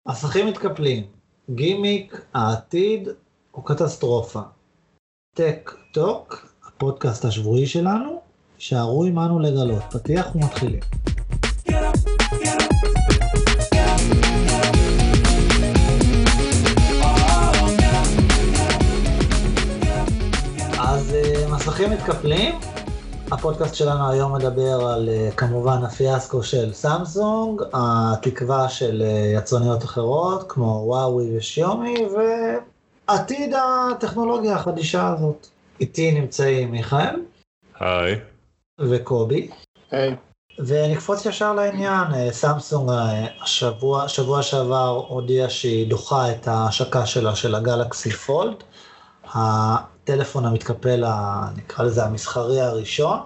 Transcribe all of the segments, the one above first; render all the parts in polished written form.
הסכים מתקפלים, גימיק, העתיד או קטסטרופה. טק טוק, הפודקאסט השבועי שלנו, שערו עמנו לגלות, פתיח ומתחילים. אז מסכים מתקפלים, הפודקאסט שלנו היום מדבר על כמובן הפיאסקו של סמסונג, התקווה של יצרניות אחרות כמו וואוי ושיומי ועתיד הטכנולוגיה החדישה הזאת. איתי נמצאים מיכאל. היי. וקובי. היי. ונקפוץ ישר לעניין, סמסונג שבוע שעבר הודיעה שהיא דוחה את ההשקה שלה של הגלקסי פולד, הטלפון המתקפל, נקרא לזה המסחרי הראשון,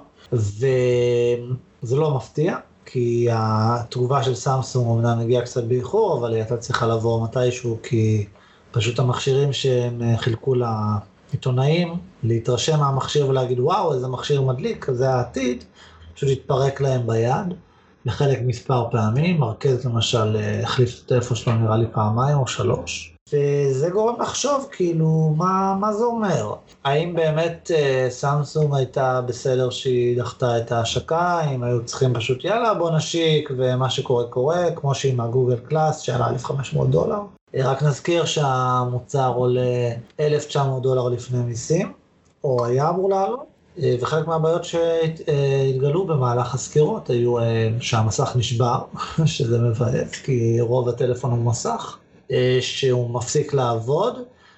וזה לא מפתיע, כי התגובה של סמסונג אמנם הגיעה קצת באיחור, אבל היא הייתה צריכה לבוא מתישהו, כי פשוט המכשירים שהם חילקו לעיתונאים, להתרשם מהמכשיר ולהגיד וואו איזה מכשיר מדליק, זה העתיד, פשוט התפרק להם ביד, לחלק מספר פעמים, מרכז למשל החליף את הטלפון שלו נראה לי פעמיים או 3, וזה גורם לחשוב כאילו מה זה אומר. האם באמת סמסונג הייתה בסדר שהיא דחתה את ההשקה, אם היו צריכים פשוט יאללה בוא נשיק ומה שקורה קורה, כמו שעם הגוגל קלאס שעלה $1,500. רק נזכיר שהמוצר עולה $1,900 לפני מיסים, או היה אמור לעלות, וחלק מהבעיות שהתגלו במהלך הסקירות היו שהמסך נשבר, שזה מבאס, כי רוב הטלפון הוא מסך, שהוא מפסיק לעבוד,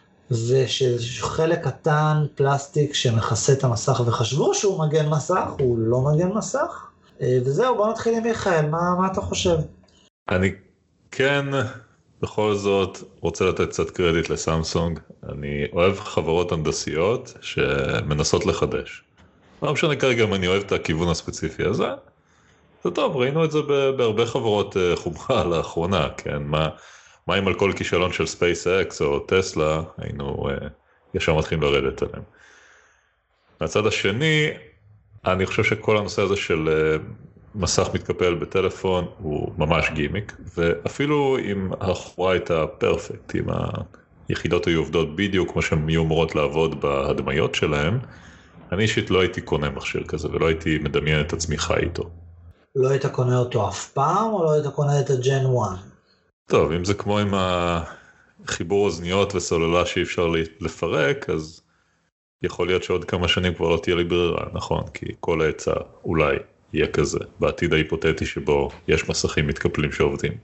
ושחלק קטן פלסטיק שמכסה את המסך וחשבו שהוא מגן מסך, הוא לא מגן מסך, וזהו, בוא נתחיל עם מיכאל, מה אתה חושב? אני כן בכל זאת רוצה לתת קצת קרדיט לסמסונג, אני אוהב חברות הנדסיות שמנסות לחדש. לא משנה כרגע אם אני אוהב את הכיוון הספציפי הזה, זה טוב, ראינו את זה בהרבה חברות חומרה לאחרונה, כן, מה אם על כל כישלון של SpaceX או טסלה, היינו ישר מתחילים לרדת עליהם. מהצד השני, אני חושב שכל הנושא הזה של מסך מתקפל בטלפון הוא ממש גימיק, ואפילו אם החברה הייתה פרפקט, אם היחידות היו עובדות בדיוק כמו שהן יהיו אמורות לעבוד בהדמיות שלהן, אני אישית לא הייתי קונה מכשיר כזה, ולא הייתי מדמיין את עצמי חי איתו. לא היית קונה אותו אף פעם, או לא היית קונה את הג'ן 1? טוב, אם זה כמו עם החיבור אוזניות וסוללה שאי אפשר לפרק, אז יכול להיות שעוד כמה שנים כבר לא תהיה לי ברירה, נכון? כי כל ההצעה אולי יהיה כזה, בעתיד ההיפותטי שבו יש מסכים מתקפלים שעובדים.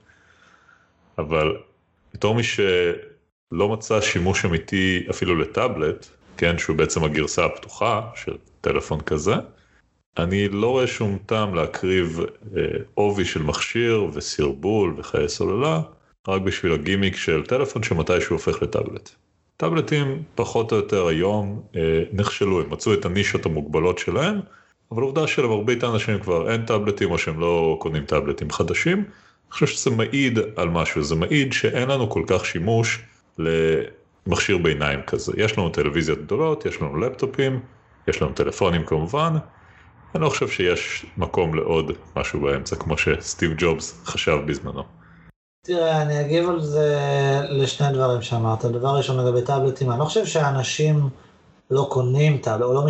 אבל בתור מי שלא מצא שימוש אמיתי אפילו לטאבלט, כן, שהוא בעצם הגרסה הפתוחה של טלפון כזה, אני לא רואה שום טעם להקריב עובי של מכשיר וסרבול וחיי סוללה, רק בשביל הגימיק של טלפון שמתישהו הופך לטאבלט. טאבלטים פחות או יותר היום נכשלו, הם מצאו את הנישות המוגבלות שלהם, אבל העובדה שלמרבית האנשים כבר אין טאבלטים או שהם לא קונים טאבלטים חדשים, אני חושב שזה מעיד על משהו, זה מעיד שאין לנו כל כך שימוש למכשיר ביניים כזה. יש לנו טלוויזיות גדולות, יש לנו לפטופים, יש לנו טלפונים כמובן, אני לא חושב שיש מקום לעוד משהו באמצע, כמו שסטיב ג'ובס חשב בזמנו. תראה, אני אגיב על זה לשני דברים שאמרת. דבר ראשון לגבי טאבלטים, אני לא חושב שאנשים לא קונים טאבלט, או לא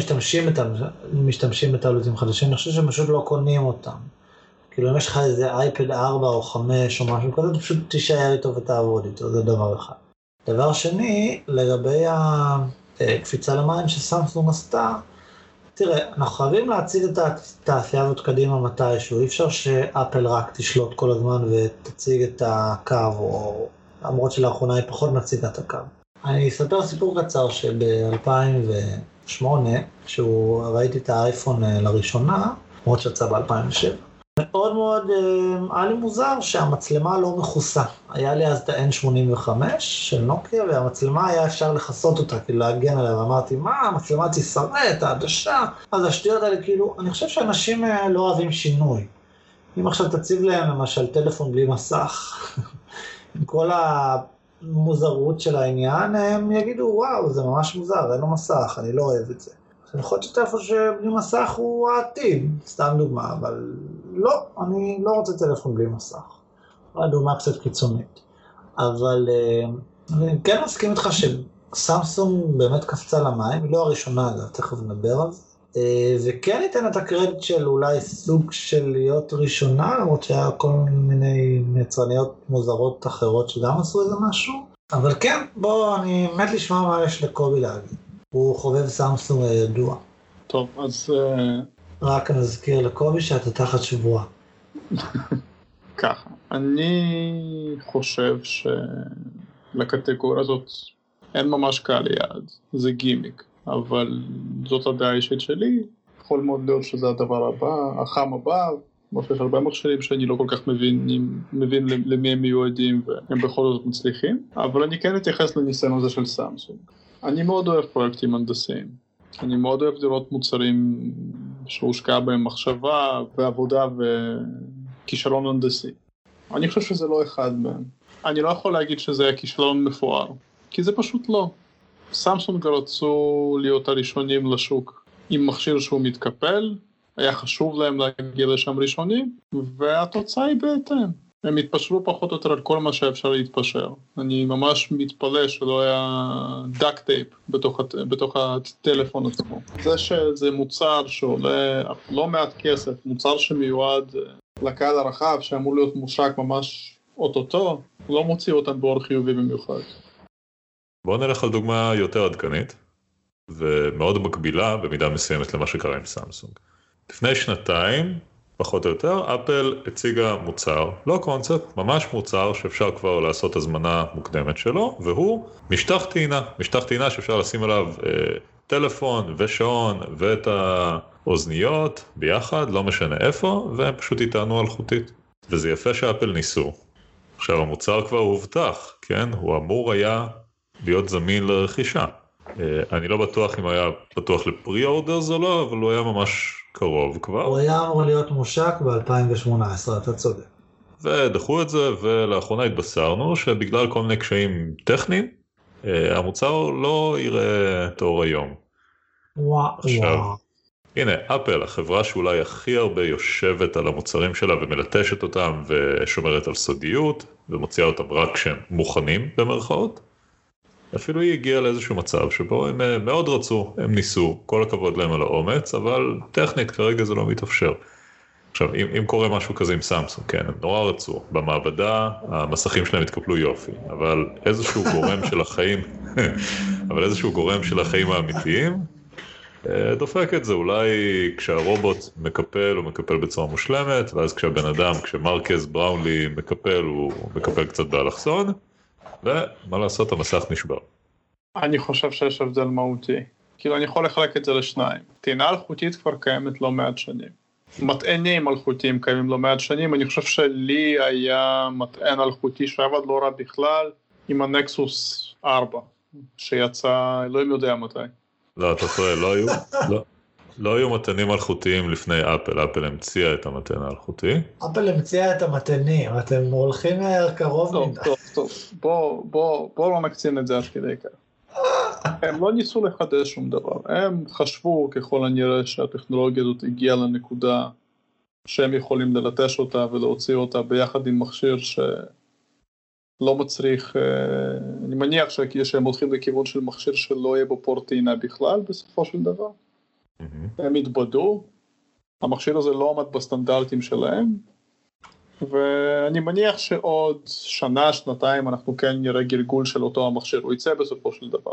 משתמשים בטאבלטים חדשים, אני חושב שהם פשוט לא קונים אותם. כאילו אם יש לך איזה אייפד 4 או 5 או משהו כזה, אתה פשוט תישאר איתו ותעבוד איתו, זה דבר אחד. דבר שני, לגבי הקפיצה למים שסמסונג עשתה, תראה, אנחנו חייבים להציג את התעשייה הזאת קדימה מתישהו, אי אפשר שאפל רק תשלוט כל הזמן ותציג את הקו, או למרות שלאחרונה היא פחות מציגה את הקו. אני אספר סיפור קצר שב-2008, ראיתי את האייפון לראשונה, למרות שיצא ב-2007, מאוד מאוד היה לי מוזר שהמצלמה לא מכוסה. היה לי אז את ה-N85 של נוקיה, והמצלמה היה אפשר לחסות אותה, כאילו להגן עליה, ואמרתי, מה, המצלמה תישרט, העדשה, אז השטויות האלה, כאילו, אני חושב שאנשים לא אוהבים שינוי. אם עכשיו תציב להם למשל טלפון בלי מסך, עם כל המוזרות של העניין, הם יגידו, וואו, זה ממש מוזר, אין לו מסך, אני לא אוהב את זה. אני חושב שטלפון שבלי מסך הוא העתיד, סתם דוגמה, אבל לא, אני לא רוצה טלפון בלי מסך. דוגמה קצת קיצונית. אבל אני כן מסכים איתך שסמסונג באמת קפצה למים, היא לא הראשונה, תכף נדבר על זה. וכן ניתן את הקרדיט של אולי סוג של להיות ראשונה, למרות שהיה כל מיני יצרניות מוזרות אחרות שגם עשו איזה משהו. אבל כן, אני מת לשמוע מה יש לקובי להגיד. הוא חובב סמסונג ידוע. טוב, אז... רק נזכיר לקובי שאתה תחת שבועה. ככה, אני חושב שלקטגוריה הזאת אין ממש קהל יעד, זה גימיק. אבל זאת הדעה האישית שלי, יכול מאוד להיות שזה הדבר הבא, החם הבא, כמו שיש הרבה מכשירים שאני לא כל כך מבין למי הם מיועדים והם בכל זאת מצליחים, אבל אני כן אתייחס לניסיון הזה של סמסונג. אני מאוד אוהב פרויקטים הנדסיים, אני מאוד אוהב לראות מוצרים שהושקעה בהם מחשבה ועבודה וכישלון הנדסי. אני חושב שזה לא אחד מהם. אני לא יכול להגיד שזה היה כישלון מפואר, כי זה פשוט לא. סמסונג רצו להיות הראשונים לשוק עם מכשיר שהוא מתקפל, היה חשוב להם להגיע לשם ראשונים, והתוצאה היא בהתאם. הם התפשרו פחות או יותר על כל מה שאפשר להתפשר. אני ממש מתפלא שלא היה דאק טייפ בתוך הטלפון עצמו. זה שזה מוצר שעולה לא מעט כסף, מוצר שמיועד לקהל הרחב, שאמור להיות מושק ממש אוטוטו, לא מוציא אותם באור חיובי במיוחד. בואו נלך על דוגמה יותר עדכנית, ומאוד מקבילה במידה מסוימת למה שקרה עם סמסונג. לפני שנתיים, פחות או יותר, אפל הציגה מוצר, לא קונספט, ממש מוצר שאפשר כבר לעשות הזמנה מוקדמת שלו, והוא משטח טעינה. משטח טעינה שאפשר לשים עליו טלפון ושעון ואת האוזניות ביחד, לא משנה איפה, והם פשוט יטענו אלחוטית. וזה יפה שאפל ניסו. עכשיו המוצר כבר הובטח, כן? הוא אמור היה להיות זמין לרכישה. אני לא בטוח אם היה פתוח לפרי-אורדרס או לא, אבל הוא היה ממש קרוב כבר. הוא היה אמור להיות מושק ב-2018, אתה צודק. ודחו את זה, ולאחרונה התבשרנו שבגלל כל מיני קשיים טכניים, המוצר לא יראה את אור היום. עכשיו, הנה, אפל, החברה שאולי הכי הרבה יושבת על המוצרים שלה ומלטשת אותם ושומרת על סודיות, ומוציאה אותם רק כשהם מוכנים במרכאות, אפילו היא הגיעה לאיזשהו מצב שבו הם מאוד רצו, הם ניסו, כל הכבוד להם על האומץ, אבל טכנית כרגע זה לא מתאפשר. עכשיו, אם קורה משהו כזה עם סמסונג, כן, הם נורא רצו, במעבדה המסכים שלהם התקפלו יופי, אבל איזשהו גורם של החיים, אבל איזשהו גורם של החיים האמיתיים, דופק את זה, אולי כשהרובוט מקפל, הוא מקפל בצורה מושלמת, ואז כשהבן אדם, כשמרקס בראונלי מקפל, הוא מקפל קצת באלכסון, ומה לעשות, המסך נשבר. אני חושב שיש הבדל מהותי. כאילו אני יכול לחלק את זה לשניים. טעינה אלחוטית כבר קיימת לא מעט שנים. מטענים אלחוטיים קיימים לא מעט שנים. אני חושב שלי היה מטען אלחוטי שעבד לא רע בכלל, עם הנקסוס 4, שיצא, לא יודע מתי. לא, אתה טועה, לא היו מטענים אלחוטיים לפני אפל. אפל המציאה את המטען האלחוטי. אפל המציאה את המטענים, אתם הולכים קרוב מדי. טוב, בוא לא נקצין את זה עד כדי כך. הם לא ניסו לחדש שום דבר, הם חשבו ככל הנראה שהטכנולוגיה הזאת הגיעה לנקודה שהם יכולים ללטש אותה ולהוציא אותה ביחד עם מכשיר שלא מצריך, אני מניח שהם הולכים לכיוון של מכשיר שלא יהיה בו פורט טעינה בכלל בסופו של דבר. הם התבדו, המכשיר הזה לא עמד בסטנדרטים שלהם, ואני מניח שעוד שנה, שנתיים אנחנו כן נראה גלגול של אותו המכשיר, הוא יצא בסופו של דבר.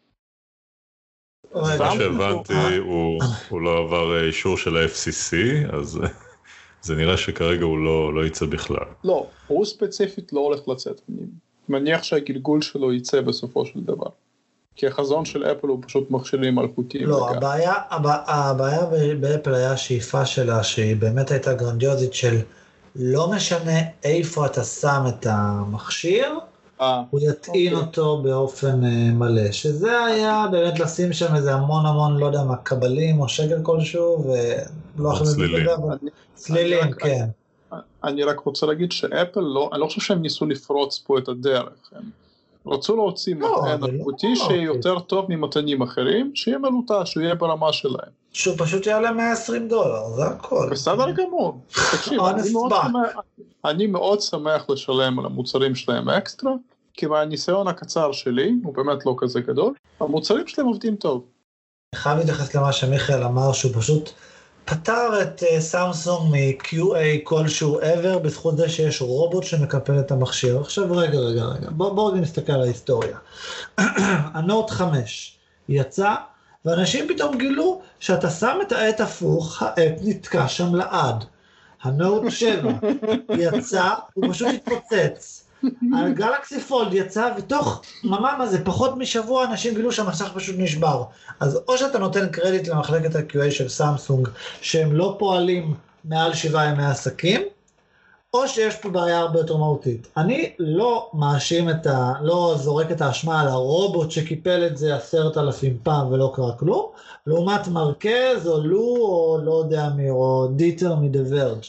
מה שהבנתי, הוא לא עבר אישור של ה-FCC, אז זה נראה שכרגע הוא לא יצא בכלל. לא, הוא ספציפית לא הולך לצאת. אני מניח שהגלגול שלו יצא בסופו של דבר. כי החזון של אפל הוא פשוט מכשירים אלחוטיים. לא, הבעיה באפל היה השאיפה שלה, שהיא באמת הייתה גרנדיוזית של לא משנה איפה אתה שם את המכשיר, הוא יטעין אותו באופן מלא, שזה היה באמת לשים שם איזה המון, לא יודע מה, קבלים או שקל כלשהו, ולא צלילים, כן. אני רק רוצה להגיד שאפל לא, אני לא חושב שהם ניסו לפרוץ פה את הדרך, רצו להוציא מטען איכותי שיהיה יותר טוב ממטענים אחרים, שיהיה מלוטש, שיהיה ברמה שלהם. שהוא פשוט יעלה $120, זה הכל. בסדר גמור. תקשיב, אני מאוד שמח לשלם על המוצרים שלהם אקסטרה, כי מהניסיון הקצר שלי, הוא באמת לא כזה גדול, המוצרים שלהם עובדים טוב. אני חייב להתייחס למה שמיכאל אמר, שהוא פשוט פתר את סמסונג מ-QA כלשהו ever, בזכות זה שיש רובוט שמקפל את המכשיר. עכשיו רגע, בואו נסתכל על ההיסטוריה. הנוט 5 יצא, ואנשים פתאום גילו שאתה שם את העט הפוך, העט נתקע שם לעד. הנוט 7 יצא, הוא פשוט התפוצץ. הגלקסי פולד יצא, ותוך פחות משבוע אנשים גילו שהמסך פשוט נשבר. אז או שאתה נותן קרדיט למחלקת ה-QA של סמסונג, שהם לא פועלים מעל 7 ימי עסקים, או שיש פה בעיה הרבה יותר מהותית. אני לא מאשים לא זורק את האשמה על הרובוט שקיפל את זה 10,000 פעם ולא קרה כלום, לעומת מרכז או לו או לא יודע מי, או דיטר מדוורג'.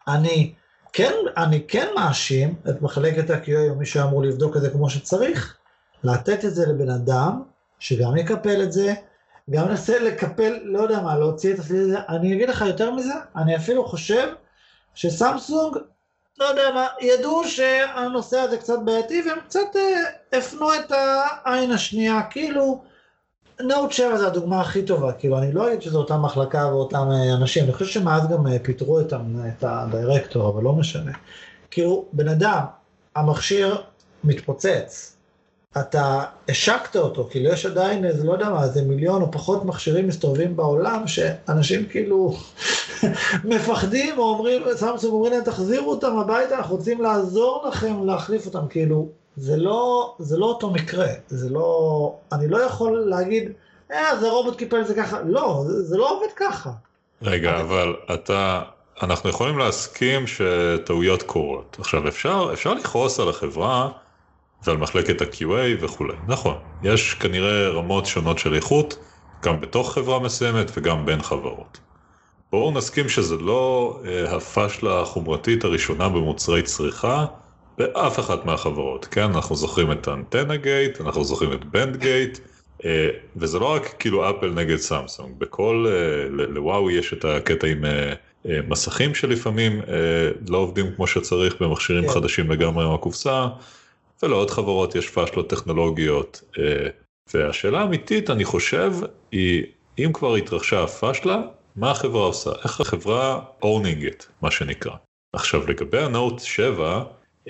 אני כן מאשים את מחלקת ה-QA או מי שאמור לבדוק את זה כמו שצריך, לתת את זה לבן אדם שגם יקפל את זה, גם ננסה לקפל, לא יודע מה, להוציא את הסליל הזה. אני אגיד לך יותר מזה, אני אפילו חושב שסמסונג, לא יודע מה, ידעו שהנושא הזה קצת בעייתי, והם קצת הפנו את העין השנייה, כאילו, נוט 7 זה הדוגמה הכי טובה, כאילו, אני לא אגיד שזו אותה מחלקה ואותם אנשים, אני חושב שמאז גם פיתרו את הדירקטור, אבל לא משנה. כאילו, בן אדם, המכשיר מתפוצץ, אתה השקת אותו, כאילו יש עדיין, זה לא יודע מה, זה מיליון או פחות מכשירים מסתובבים בעולם, שאנשים כאילו מפחדים, או אומרים, סמסונג אומרים להם, תחזירו אותם הביתה, אנחנו רוצים לעזור לכם להחליף אותם, כאילו, זה לא אותו מקרה, אני לא יכול להגיד, זה רובוט קיפל זה ככה, לא, זה לא עובד ככה. רגע, אבל אנחנו יכולים להסכים שטעויות קורות. עכשיו, אפשר לכעוס על החברה, ועל מחלקת ה-QA וכו'. נכון, יש כנראה רמות שונות של איכות, גם בתוך חברה מסוימת וגם בין חברות. בואו נסכים שזה לא הפשלה החומרתית הראשונה במוצרי צריכה, באף אחת מהחברות, כן? אנחנו זוכרים את אנטנה גייט, אנחנו זוכרים את בנד גייט, וזה לא רק כאילו אפל נגד סמסונג, לוואוי יש את הקטע עם מסכים שלפעמים לא עובדים כמו שצריך במכשירים חדשים לגמרי מהקופסה, ולעוד חברות יש פשלות טכנולוגיות, והשאלה האמיתית אני חושב היא, אם כבר התרחשה הפשלה, מה החברה עושה? איך החברה owning it, מה שנקרא. עכשיו לגבי הנוט 7,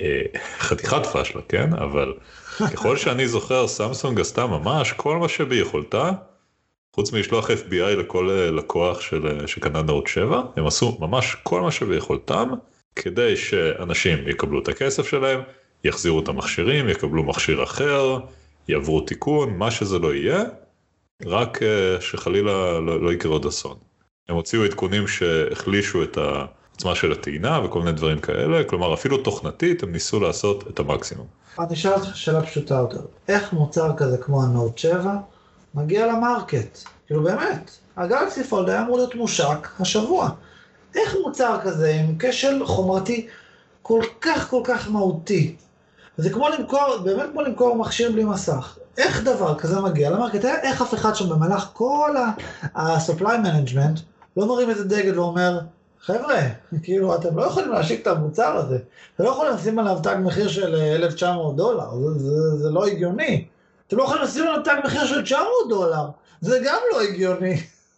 חתיכת פשלה, כן? אבל ככל שאני זוכר, סמסונג עשתה ממש כל מה שביכולתה, חוץ מלשלוח FBI לכל לקוח שקנה נוט 7, הם עשו ממש כל מה שביכולתם, כדי שאנשים יקבלו את הכסף שלהם, יחזירו את המכשירים, יקבלו מכשיר אחר, יעברו תיקון, מה שזה לא יהיה, רק שחלילה לא יקרה עוד אסון. הם הוציאו עדכונים שהחלישו את העצמה של הטעינה וכל מיני דברים כאלה, כלומר אפילו תוכנתית הם ניסו לעשות את המקסימום. אני אשאל אותך שאלה פשוטה יותר, איך מוצר כזה כמו הנוט 7 מגיע למרקט? כאילו באמת, הגלקסי פולד היה אמור להיות מושק השבוע. איך מוצר כזה עם כשל חומרתי כל כך מהותי, זה כמו למכור, באמת כמו למכור מכשיר בלי מסך. איך דבר כזה מגיע למרקט? איך אף אחד שם במהלך כל ה-supply management לא מרים איזה דגל ואומר, חבר'ה, כאילו אתם לא יכולים להשיק את המוצר הזה, אתם לא יכולים לשים עליו תג מחיר של $1,900, זה לא הגיוני. אתם לא יכולים לשים עליו תג מחיר של $900, זה גם לא הגיוני.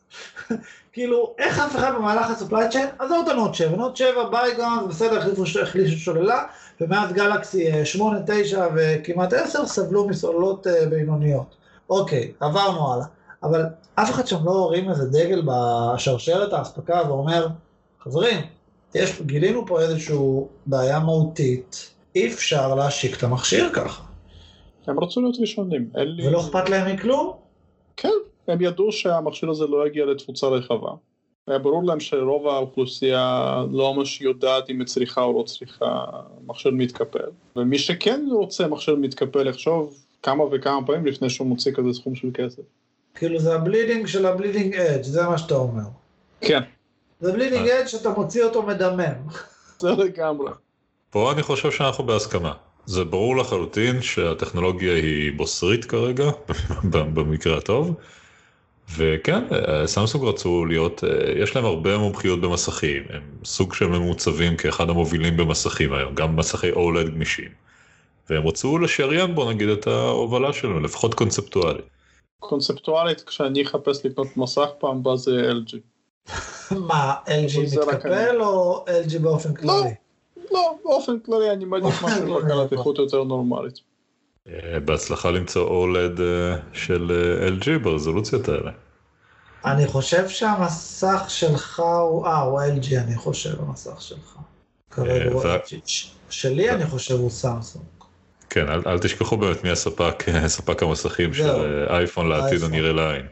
כאילו, איך אף אחד במהלך ה-supply chain, אז זאת הנוט 7, נוט 7 בייגאון, בסדר, החלישו שוללה, ומאז גלקסי 8, 9 וכמעט 10 סבלו מסוללות בינוניות. אוקיי, עברנו הלאה. אבל אף אחד שם לא הורים איזה דגל בשרשרת האספקה ואומר, חברים, גילינו פה איזושהי בעיה מהותית, אי אפשר להשיק את המכשיר ככה. הם רצו להיות ראשונים. ולא אכפת להם מכלום? כן. הם ידעו שהמכשיר הזה לא יגיע לתפוצה רחבה. היה ברור להם שרוב האוכלוסייה לא ממש יודעת אם היא צריכה או לא צריכה מכשיר מתקפל. ומי שכן רוצה מכשיר מתקפל יחשוב כמה וכמה פעמים לפני שהוא מוציא כזה סכום של כסף. כאילו זה הבלידינג של הבלידינג אדג', זה מה שאתה אומר. כן. זה בלידינג אדג' שאתה מוציא אותו מדמם. זה לגמרי. פה אני חושב שאנחנו בהסכמה. זה ברור לחלוטין שהטכנולוגיה היא בוסרית כרגע, במקרה הטוב, וכן, סמסונג רצו להיות, יש להם הרבה מומחיות במסכים, הם סוג של ממוצבים כאחד המובילים במסכים היום, גם מסכי OLED גמישים, והם רצו לשריין בו נגיד את ההובלה שלהם, לפחות קונספטואלית. קונספטואלית, כשאני אחפש לקנות מסך פעם הבא זה LG. מה, LG מתקפל או LG באופן כללי? לא, באופן כללי אני מעדיף משהו בקרת איכות יותר נורמלית. בהצלחה למצוא OLED של LG ברזולוציות האלה. אני חושב שהמסך שלך הוא LG, אני חושב, המסך שלך. כרגע הוא LG. שלי אני חושב הוא סמסונג. כן, אל תשכחו באמת מי ספק המסכים של אייפון לעתיד הנראה לעין.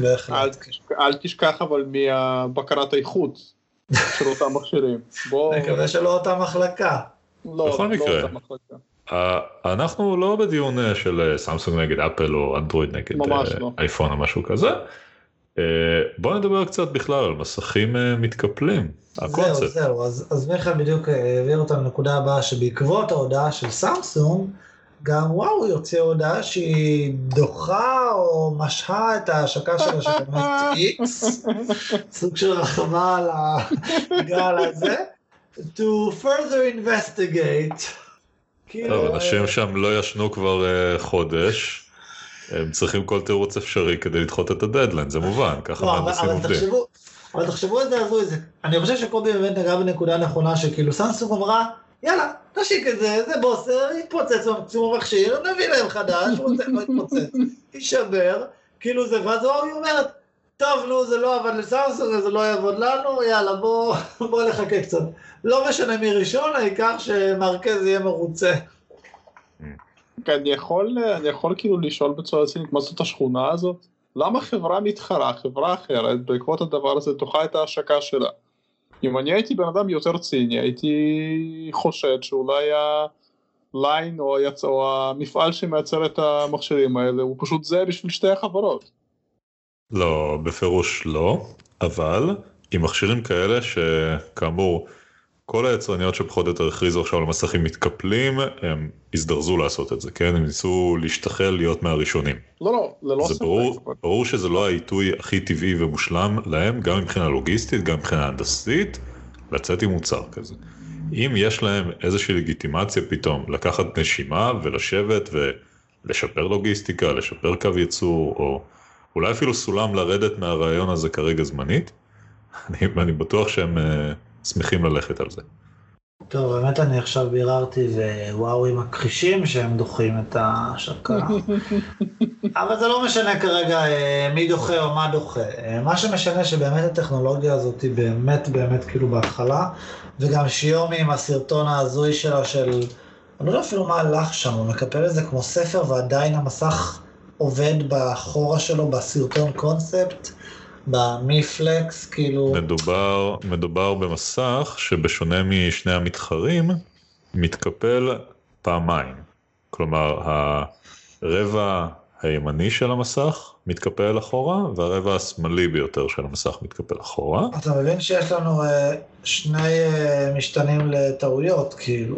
אל תשכח אבל מבקרת האיכות של אותם מכשירים. מקווה שלא אותה מחלקה. בכל מקרה. אנחנו לא בדיון של סמסונג נגד אפל או אנדרואיד נגד אייפון או משהו כזה. בואו נדבר קצת בכלל על מסכים מתקפלים. זהו, אז מיכאל בדיוק העביר אותנו לנקודה הבאה שבעקבות ההודעה של סמסונג, גם וואו יוצא הודעה שהיא דוחה או משהה את ההשקה של השקמת X, סוג של רחבה על הגל הזה, to further investigate. טוב, אנשים שם לא ישנו כבר חודש, הם צריכים כל תירוץ אפשרי כדי לדחות את הדדליין, זה מובן, ככה מהנדסים עובדים. אבל תחשבו את זה, אני חושב שקובי באמת נגע בנקודה נכונה, שכאילו סמסונג אמרה, יאללה, נשיק את זה, זה בוסר, יתפוצץ במקסימום מכשיר, נביא להם חדש, הוא לא יתפוצץ, יישבר, כאילו זה, ואז היא אומרת, טוב, נו, זה לא עבד לסמסונג, זה לא יעבוד לנו, יאללה, בוא לחכה קצת. לא משנה מי ראשון, העיקר שמרכז יהיה מרוצה. אני יכול כאילו לשאול בצורה רצינית, מה זאת השכונה הזאת? למה חברה מתחרה, חברה אחרת, בעקבות הדבר הזה דוחה את ההשקה שלה? אם אני הייתי בן אדם יותר ציני, הייתי חושד שאולי הליין או המפעל שמייצר את המכשירים האלה, הוא פשוט זה בשביל שתי החברות. לא, בפירוש לא, אבל עם מכשירים כאלה שכאמור, כל היצרניות שפחות או יותר הכריזו עכשיו למסכים מתקפלים, הם הזדרזו לעשות את זה, כן? הם ניסו להשתחל להיות מהראשונים. לא זה ברור שזה לא העיתוי הכי טבעי ומושלם להם, גם מבחינה לוגיסטית, גם מבחינה הנדסית, לצאת עם מוצר כזה. אם יש להם איזושהי לגיטימציה פתאום לקחת נשימה ולשבת ולשפר לוגיסטיקה, לשפר קו ייצור, או אולי אפילו סולם לרדת מהרעיון הזה כרגע זמנית, אני בטוח שהם שמחים ללכת על זה. טוב, באמת אני עכשיו ביררתי ווואו עם הכחישים שהם דוחים את ההשקה. אבל זה לא משנה כרגע מי דוחה או מה דוחה. מה שמשנה שבאמת הטכנולוגיה הזאת היא באמת כאילו בהתחלה, וגם שיומי עם הסרטון ההזוי שלה של, אני לא יודע אפילו מה הלך שם, הוא מקפל את זה כמו ספר ועדיין המסך עובד בחורה שלו בסרטון קונספט, במיפלקס, כאילו... מדובר במסך שבשונה משני המתחרים, מתקפל פעמיים. כלומר, הרבע הימני של המסך מתקפל אחורה, והרבע השמאלי ביותר של המסך מתקפל אחורה. אתה מבין שיש לנו שני משתנים לטעויות, כאילו.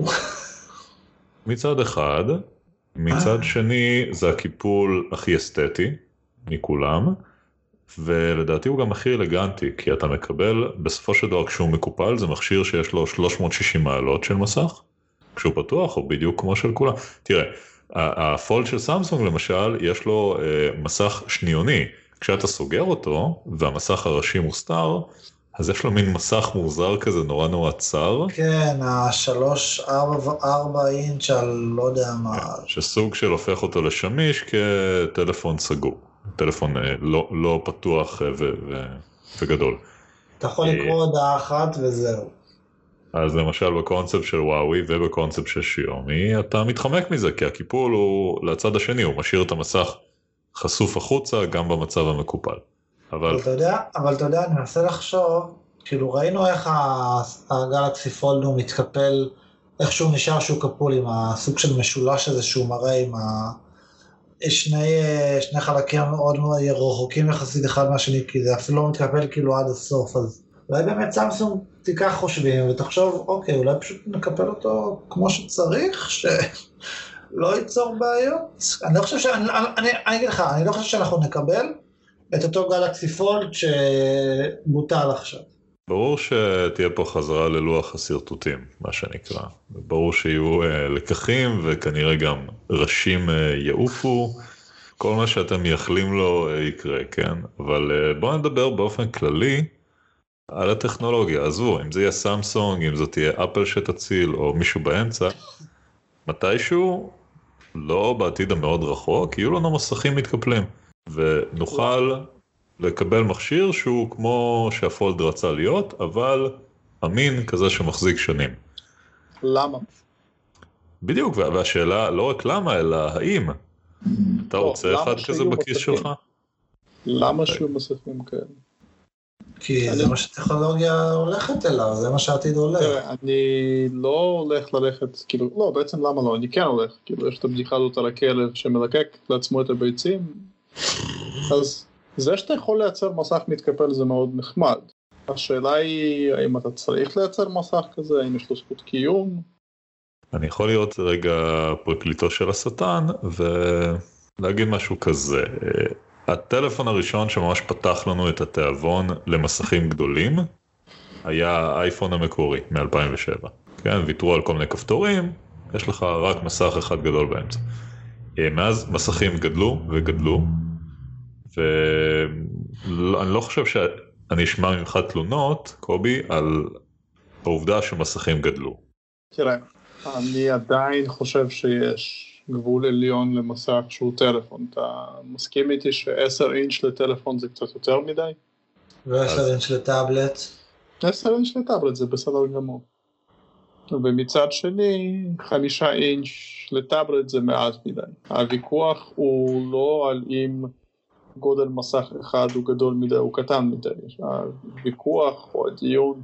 מצד אחד, מצד שני זה הקיפול הכי אסתטי מכולם, ולדעתי הוא גם הכי אלגנטי, כי אתה מקבל, בסופו של דבר כשהוא מקופל, זה מכשיר שיש לו 360 מעלות של מסך, כשהוא פתוח הוא בדיוק כמו של כולם. תראה, הפולד של סמסונג למשל, יש לו מסך שניוני, כשאתה סוגר אותו, והמסך הראשי מוסתר, אז יש לו מין מסך מוזר כזה, נורא צר. כן, 3-4 אינץ' על לא יודע מה. שסוג של הופך אותו לשמיש כטלפון סגור. טלפון לא פתוח וגדול. אתה יכול לקרוא הודעה אחת וזהו. אז למשל בקונספט של וואוי ובקונספט של שיומי, אתה מתחמק מזה, כי הקיפול הוא לצד השני, הוא משאיר את המסך חשוף החוצה גם במצב המקופל. אבל אתה יודע, אני מנסה לחשוב, כאילו ראינו איך הגלקסי פולד הוא מתקפל, איך שהוא נשאר שהוא קפול עם הסוג של משולש הזה שהוא מראה עם שני חלקים מאוד רחוקים יחסית אחד מהשני, כי זה אפילו לא מתקפל כאילו עד הסוף, אז אולי באמת סמסונג תיקח חושבים ותחשוב, אוקיי, אולי פשוט נקפל אותו כמו שצריך, שלא ייצור בעיות. אני לא חושב אני אגיד לך, אני לא חושב שאנחנו נקבל את אותו גלקסי פולד שבוטל עכשיו. ברור שתהיה פה חזרה ללוח הסרטוטים, מה שנקרא. ברור שיהיו לקחים וכנראה גם ראשים יעופו. כל מה שאתם מייחלים לו יקרה, כן? אבל בואו נדבר באופן כללי על הטכנולוגיה. עזבו, אם זה יהיה סמסונג, אם זאת תהיה אפל שתציל או מישהו באמצע, מתישהו, לא בעתיד המאוד רחוק, יהיו לנו מסכים מתקפלים. ונוכל לקבל מכשיר שהוא כמו שהפולד רצה להיות, אבל אמין כזה שמחזיק שנים. למה? בדיוק, והשאלה לא רק למה, אלא האם. אתה רוצה אחד כזה בכיס שלך? למה שיהיו מסכים כאלה? כי זה מה שטכנולוגיה הולכת אליו, זה מה שהעתיד הולך. אני לא הולך ללכת, כאילו, לא, בעצם למה לא? אני כן הולך, כאילו, יש את הבדיחה הזאת על הכלב שמלקק לעצמו את הביצים, אז זה שאתה יכול לייצר מסך מתקפל זה מאוד נחמד. השאלה היא, האם אתה צריך לייצר מסך כזה, האם יש לו זכות קיום? אני יכול להיות רגע פרקליטו של השטן ולהגיד משהו כזה. הטלפון הראשון שממש פתח לנו את התיאבון למסכים גדולים היה האייפון המקורי מ-2007. כן, ויתרו על כל מיני כפתורים, יש לך רק מסך אחד גדול באמצע. מאז מסכים גדלו וגדלו, ואני לא חושב שאני אשמע ממך תלונות, קובי, על העובדה שמסכים גדלו. תראה, אני עדיין חושב שיש גבול עליון למסך שהוא טלפון. אתה מסכים איתי ש10 אינץ' לטלפון זה קצת יותר מדי? ו10 אינץ' לטאבלט? 10 אינץ' לטאבלט זה בסדר גמור. ומצד שני, 5 אינץ' לטאבלט זה מעט מדי. הוויכוח הוא לא על אם גודל מסך אחד הוא גדול מדי, הוא קטן מדי. הוויכוח או הדיון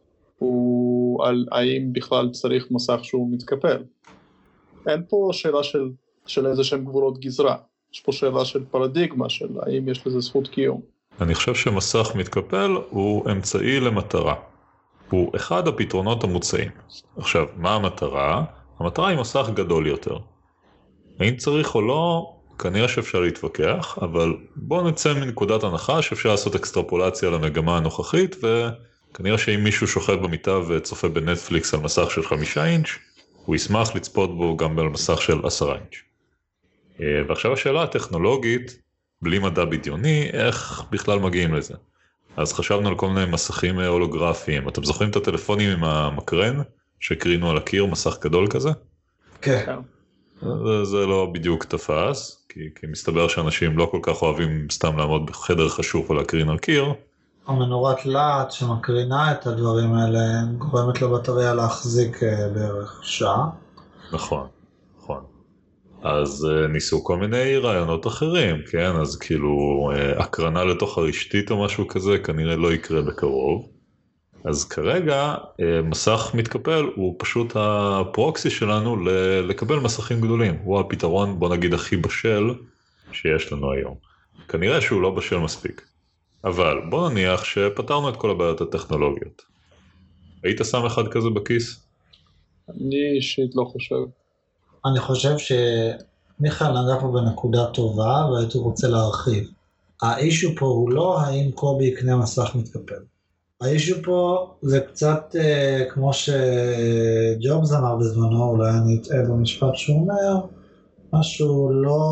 הוא על האם בכלל צריך מסך שהוא מתקפל. אין פה שאלה של איזה שהם גבולות גזרה. יש פה שאלה של פרדיגמה של האם יש לזה זכות קיום. אני חושב שמסך מתקפל הוא אמצעי למטרה. הוא אחד הפתרונות המוצעים. עכשיו, מה המטרה? המטרה היא מסך גדול יותר. האם צריך או לא, כנראה שאפשר להתווכח, אבל בואו נצא מנקודת הנחה שאפשר לעשות אקסטרפולציה למגמה הנוכחית, וכנראה שאם מישהו שוכב במיטה וצופה בנטפליקס על מסך של 5 אינץ', הוא ישמח לצפות בו גם על מסך של 10 אינץ'. ועכשיו השאלה הטכנולוגית, בלי מדע בדיוני, איך בכלל מגיעים לזה? אז חשבנו על כל מיני מסכים הולוגרפיים. אתם זוכרים את הטלפונים עם המקרן שקרינו על הקיר, מסך גדול כזה? כן. זה לא בדיוק תפס, כי מסתבר שאנשים לא כל כך אוהבים סתם לעמוד בחדר חשוך ולהקרין על קיר. המנורת להט שמקרינה את הדברים האלה גורמת לבטריה להחזיק בערך שעה. נכון, נכון. אז ניסו כל מיני רעיונות אחרים, כן? אז כאילו הקרנה לתוך הרשתית או משהו כזה כנראה לא יקרה בקרוב. אז כרגע מסך מתקפל הוא פשוט הפרוקסי שלנו לקבל מסכים גדולים. הוא הפתרון, בוא נגיד, הכי בשל שיש לנו היום. כנראה שהוא לא בשל מספיק. אבל בוא נניח שפתרנו את כל הבעיות הטכנולוגיות. היית שם אחד כזה בכיס? אני אישית לא חושב. אני חושב שמיכאל נגע פה בנקודה טובה והייתי רוצה להרחיב. האישו פה הוא לא האם קובי יקנה מסך מתקפל. האישו פה זה קצת כמו שג'ובס אמר בזמנו, אולי אני אטעה במשפט שהוא אומר, משהו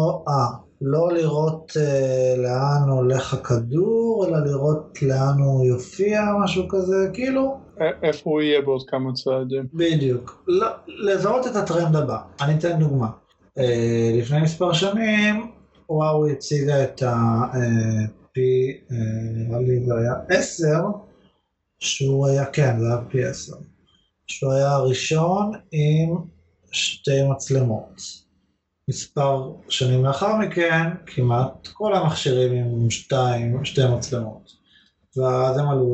לא לראות לאן הולך הכדור, אלא לראות לאן הוא יופיע, משהו כזה, כאילו. איפה הוא יהיה בעוד כמה צעדים? בדיוק. לזהות את הטרנד הבא. אני אתן דוגמה. לפני מספר שנים, וואוי הציגה את ה-P, נראה לי זה היה 10, שהוא היה, כן, זה היה P10. שהוא היה הראשון עם 2 מצלמות. מספר שנים לאחר מכן, כמעט כל המכשירים עם 2 מצלמות. ואז הם עלו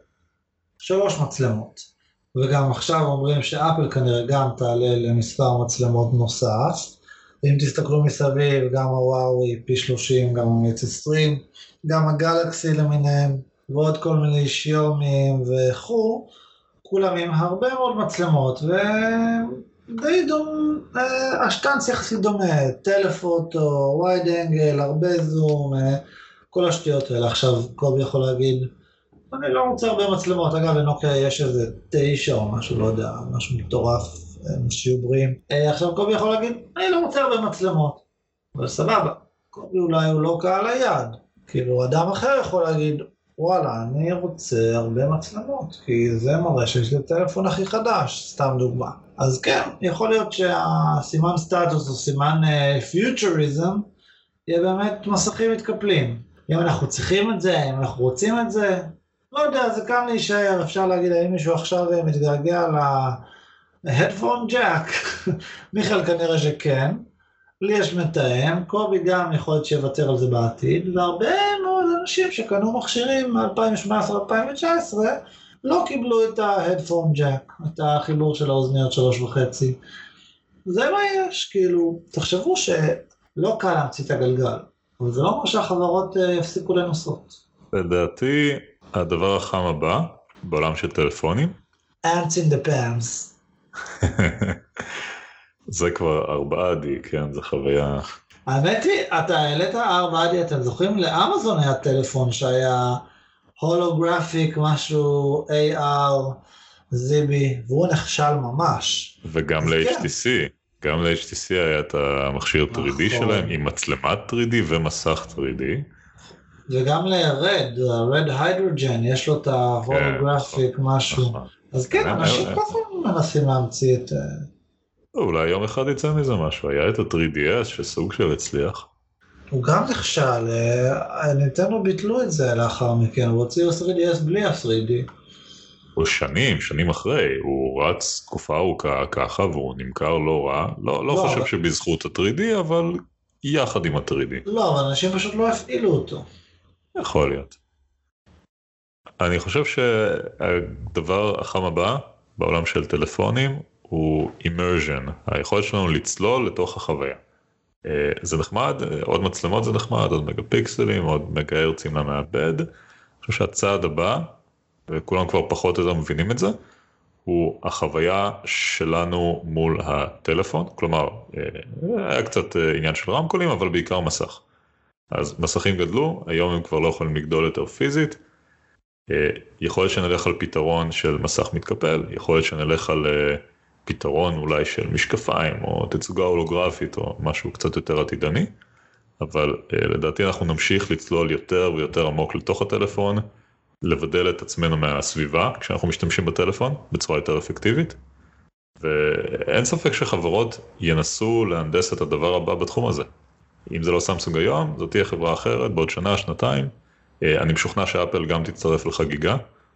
ל3 מצלמות. וגם עכשיו אומרים שאפל כנראה גם תעלה למספר מצלמות נוסף. ואם תסתכלו מסביב, גם הוואוי P30, גם המץ 20, גם הגלקסי למיניהם, ועוד כל מיני שיומים וכו', כולם עם הרבה מאוד מצלמות, ודי דומה, השטנץ יחסית דומה, טלפוטו, wide angle, הרבה זום, כל השטויות האלה. עכשיו קובי יכול להגיד, אני לא רוצה הרבה מצלמות, אגב לנוקיה יש איזה 9 או משהו, לא יודע, משהו מטורף, שיהיו בריאים. עכשיו קובי יכול להגיד, אני לא רוצה הרבה מצלמות, אבל סבבה, קובי אולי הוא לא קהל היעד, כאילו אדם אחר יכול להגיד, וואלה, אני רוצה הרבה מצלמות, כי זה מראה שיש לי טלפון הכי חדש, סתם דוגמה. אז כן, יכול להיות שהסימן סטטוס או סימן פיוטריזם, יהיה באמת מסכים מתקפלים. אם אנחנו צריכים את זה, אם אנחנו רוצים את זה, לא יודע, זה כאן להישאר, אפשר להגיד, האם מישהו עכשיו מתגעגע להדפון ג'אק? מיכאל כנראה שכן, לי יש מתאם, קובי גם יכול להיות שיוותר על זה בעתיד, והרבה מאוד אנשים שקנו מכשירים מ-2018-2019, לא קיבלו את ההדפון ג'אק, את החיבור של האוזניות 3.5. זה מה יש, כאילו, תחשבו שלא קל להמציא את הגלגל, אבל זה לא אומר שהחברות יפסיקו לנסות. לדעתי, הדבר החם הבא, בעולם של טלפונים, Ants in the pants. זה כבר 4D, כן, זה חוויה. האמת היא, אתה העלית 4D, אתם זוכרים? לאמזון היה טלפון שהיה הולוגרפיק, משהו AR, זיבי, והוא נכשל ממש. וגם ל-HTC, גם ל-HTC היה את המכשיר 3D שלהם, עם מצלמת 3D ומסך 3D. וגם ל-Red Hydrogen, יש לו את ההולוגרפיק משהו. אז כן, אנשים ככה מנסים להמציא את... אולי יום אחד יצא מזה משהו, היה את ה-3DS שסוג של הצליח. הוא גם נכשל, נינטנדו ביטלו את זה לאחר מכן, הוא הוציאו 3DS בלי ה-3D. הוא שנים אחרי, הוא רץ תקופה ארוכה ככה והוא נמכר לא רע, לא חושב שבזכות ה-3D, אבל יחד עם ה-3D. לא, אבל אנשים פשוט לא הפעילו אותו. יכול להיות. אני חושב שהדבר החם הבא בעולם של טלפונים הוא immersion, היכולת שלנו לצלול לתוך החוויה. זה נחמד, עוד מצלמות זה נחמד, עוד מגה פיקסלים, עוד מגה הרצים למעבד. אני חושב שהצעד הבא, וכולם כבר פחות או יותר מבינים את זה, הוא החוויה שלנו מול הטלפון, כלומר, היה קצת עניין של רמקולים, אבל בעיקר מסך. אז מסכים גדלו, היום הם כבר לא יכולים לגדול יותר פיזית, יכול להיות שנלך על פתרון של מסך מתקפל, יכול להיות שנלך על פתרון אולי של משקפיים, או תצוגה הולוגרפית, או משהו קצת יותר עתידני, אבל לדעתי אנחנו נמשיך לצלול יותר ויותר עמוק לתוך הטלפון, לבדל את עצמנו מהסביבה, כשאנחנו משתמשים בטלפון, בצורה יותר אפקטיבית, ואין ספק שחברות ינסו להנדס את הדבר הבא בתחום הזה. אם זה לא סמסונג היום, זאת תהיה חברה אחרת, בעוד שנה, שנתיים, אני משוכנע שאפל גם תצטרף לחגיגה,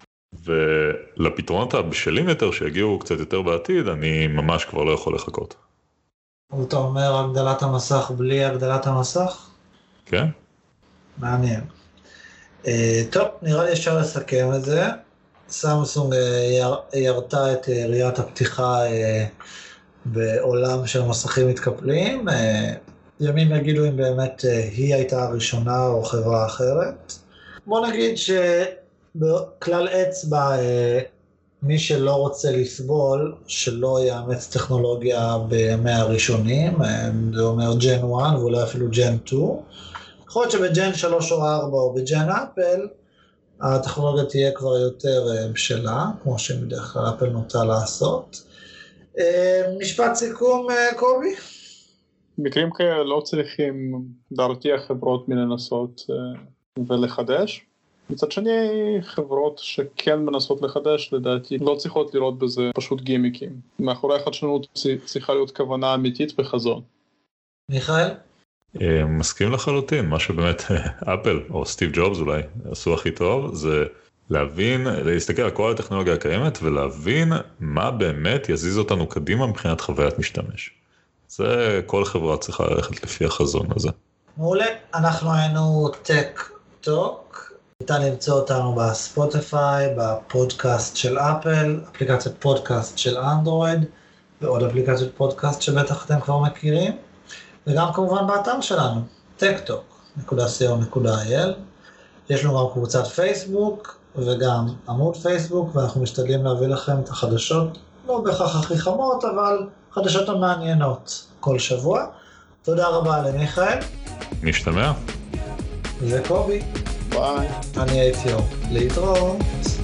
ולפתרונות הבשלים יותר שיגיעו קצת יותר בעתיד, אני ממש כבר לא יכול לחכות. אתה אומר הגדלת המסך בלי הגדלת המסך? כן. מעניין. טוב, נראה לי אפשר לסכם את זה. סמסונג ירתה את ראיית הפתיחה בעולם של מסכים מתקפלים. ימים יגידו אם באמת היא הייתה הראשונה או חברה אחרת. בוא נגיד שבכלל אצבע, מי שלא רוצה לסבול, שלא יאמץ טכנולוגיה בימי הראשונים, זה אומר ג'ן 1 ואולי אפילו ג'ן 2. יכול להיות שבג'ן 3 או 4 או בג'ן אפל, הטכנולוגיה תהיה כבר יותר בשלה, כמו שבדרך כלל אפל נוטה לעשות. משפט סיכום, קובי? מקרים כאלה לא צריכים להרתיע חברות מלנסות ולחדש. מצד שני, חברות שכן מנסות לחדש, לדעתי, לא צריכות לראות בזה פשוט גימיקים. מאחורי החדשנות צריכה להיות כוונה אמיתית וחזון. מיכאל? מסכים לחלוטין, מה שבאמת אפל או סטיב ג'ובס אולי עשו הכי טוב, זה להבין, להסתכל על כל הטכנולוגיה הקיימת ולהבין מה באמת יזיז אותנו קדימה מבחינת חוויית משתמש. זה כל חברה צריכה ללכת לפי החזון הזה. מעולה, אנחנו היינו טק טוק, ניתן למצוא אותנו בספוטיפיי, בפודקאסט של אפל, אפליקציית פודקאסט של אנדרואיד, ועוד אפליקציית פודקאסט שבטח אתם כבר מכירים, וגם כמובן באתר שלנו, techtalk.co.il. יש לנו גם קבוצת פייסבוק, וגם עמוד פייסבוק, ואנחנו משתדלים להביא לכם את החדשות, לא בהכרח הכי חמות, אבל חדשות המעניינות כל שבוע. תודה רבה למיכאל. נשתמע. וקובי. ביי. אני הייתי אור. להתראות.